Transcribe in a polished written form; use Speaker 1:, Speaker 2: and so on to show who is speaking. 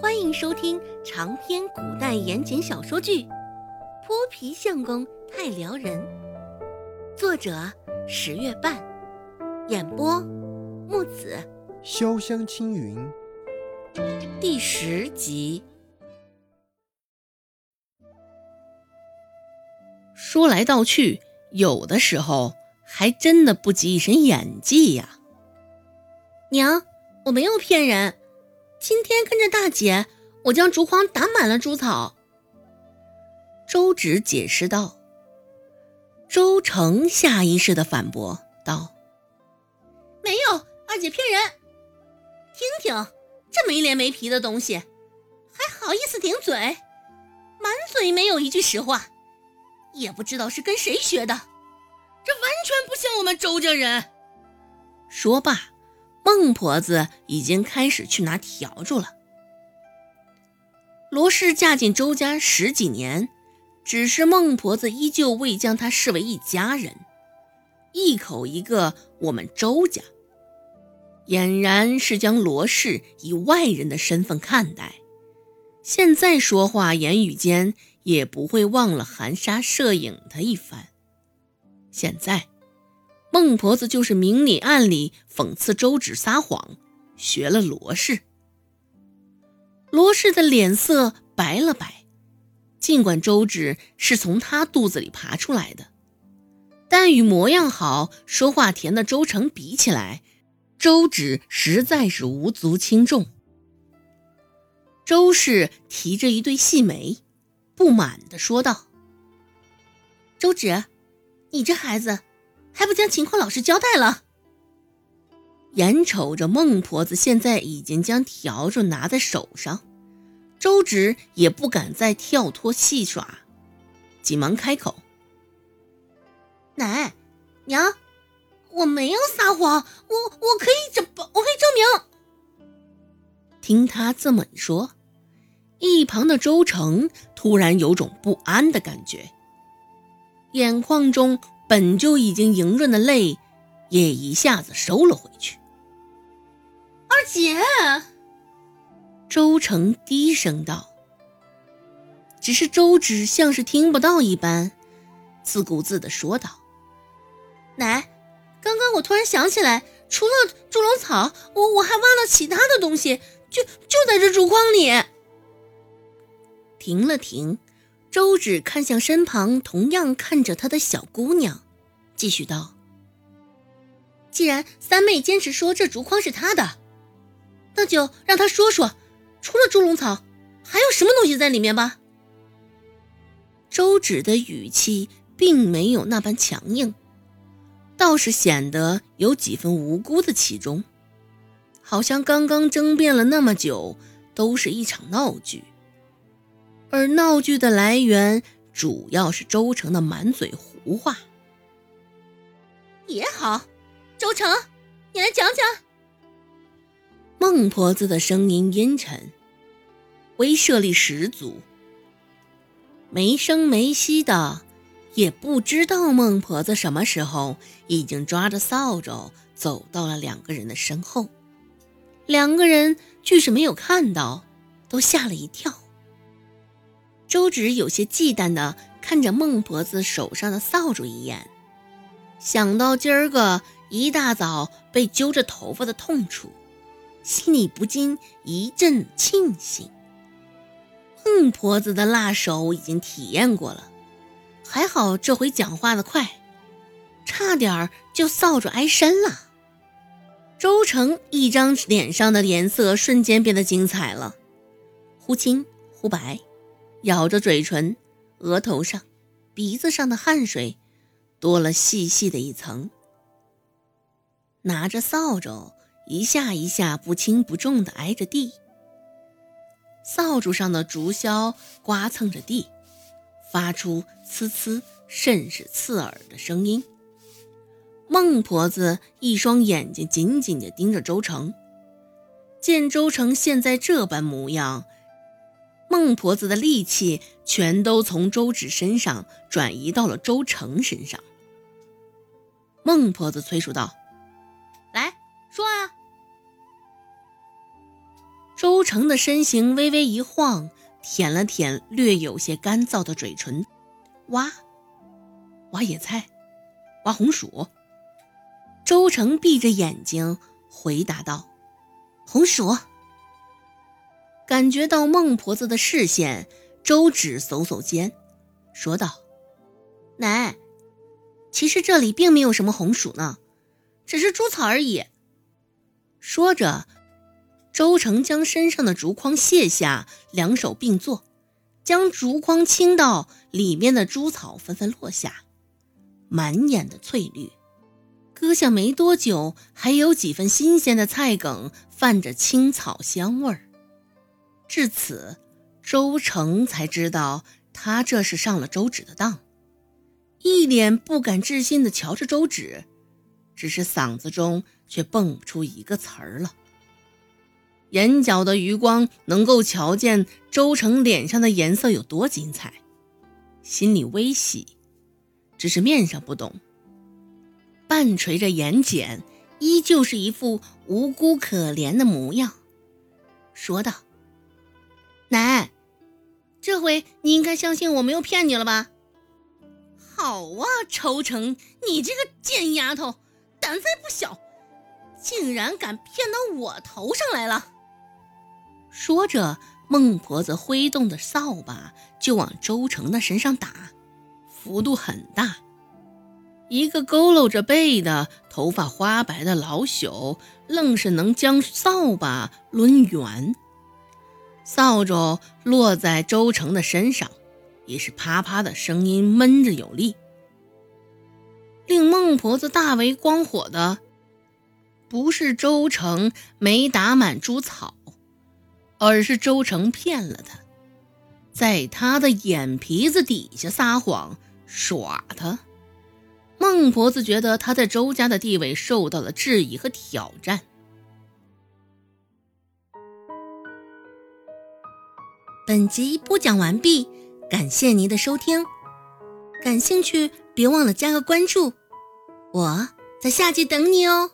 Speaker 1: 欢迎收听长篇古代言情小说剧《泼皮相公太撩人》，作者十月半，演播木子
Speaker 2: 潇湘青云，
Speaker 1: 第10集。说来道去，有的时候还真的不及一身演技呀。娘，我没有骗人，今天跟着大姐，我将竹筐打满了猪草。周芷解释道。周成下意识地反驳道：没有，二姐骗人。听听，这没脸没皮的东西，还好意思顶嘴，满嘴没有一句实话，也不知道是跟谁学的，这完全不像我们周家人。说罢，孟婆子已经开始去拿笤帚了。罗氏嫁进周家10几年，只是孟婆子依旧未将她视为一家人，一口一个我们周家，俨然是将罗氏以外人的身份看待。现在说话言语间也不会忘了含沙射影的一番。现在孟婆子就是明里暗里讽刺周芷撒谎，学了罗氏。罗氏的脸色白了白，尽管周芷是从他肚子里爬出来的，但与模样好说话甜的周成比起来，周芷实在是无足轻重。周氏提着一对细眉，不满地说道：周芷，你这孩子还不将情况老实交代了？眼瞅着孟婆子现在已经将笤帚拿在手上，周芷也不敢再跳脱戏耍，急忙开口：奶娘，我没有撒谎，我可以证明。听他这么一说，一旁的周成突然有种不安的感觉，眼眶中本就已经莹润的泪也一下子收了回去。二姐，周成低声道。只是周芷像是听不到一般，自顾自地说道：奶，刚刚我突然想起来，除了猪笼草，我还挖了其他的东西，就在这竹筐里。停了停，周芷看向身旁同样看着她的小姑娘，继续道：既然三妹坚持说这竹筐是她的，那就让她说说，除了猪笼草还有什么东西在里面吧。周芷的语气并没有那般强硬，倒是显得有几分无辜的其中，好像刚刚争辩了那么久都是一场闹剧，而闹剧的来源主要是周成的满嘴胡话。也好，周成，你来讲讲。孟婆子的声音阴沉，威慑力十足，没声没息的，也不知道孟婆子什么时候已经抓着扫帚走到了两个人的身后。两个人俱是没有看到，都吓了一跳。周芷有些忌惮地看着孟婆子手上的扫帚一眼，想到今儿个一大早被揪着头发的痛楚，心里不禁一阵庆幸。孟婆子的辣手已经体验过了，还好这回讲话的快，差点就扫帚挨身了。周成一张脸上的颜色瞬间变得精彩了，忽青忽白，咬着嘴唇，额头上鼻子上的汗水多了细细的一层。拿着扫帚一下一下不轻不重地挨着地，扫帚上的竹箫刮蹭着地，发出呲呲甚是刺耳的声音。孟婆子一双眼睛紧紧地盯着周成，见周成现在这般模样，孟婆子的力气全都从周芷身上转移到了周成身上。孟婆子催促道：来说啊。 周成的身形微微一晃，舔了舔略有些干燥的嘴唇，挖野菜，挖红薯。周成闭着眼睛回答道：红薯。感觉到孟婆子的视线，周芷耸耸肩说道：奶，其实这里并没有什么红薯呢，只是猪草而已。说着，周成将身上的竹筐卸下，两手并作，将竹筐倾倒，里面的猪草纷纷落下，满眼的翠绿。割下没多久，还有几分新鲜的菜梗泛着青草香味儿。至此，周成才知道他这是上了周芷的当，一脸不敢置信地瞧着周芷，只是嗓子中却蹦不出一个词儿了。眼角的余光能够瞧见周成脸上的颜色有多精彩，心里微喜，只是面上不懂，半垂着眼睑，依旧是一副无辜可怜的模样，说道：奶，这回你应该相信我没有骗你了吧？好啊，周成，你这个贱丫头，胆子不小，竟然敢骗到我头上来了。说着，孟婆子挥动的扫把就往周成的身上打，幅度很大。一个佝偻着背的头发花白的老朽，愣是能将扫把抡圆。扫帚落在周成的身上，也是啪啪的声音闷着有力。令孟婆子大为光火的，不是周成没打满猪草，而是周成骗了他，在他的眼皮子底下撒谎耍他。孟婆子觉得他在周家的地位受到了质疑和挑战。本集播讲完毕，感谢您的收听。感兴趣别忘了加个关注，我在下集等你哦。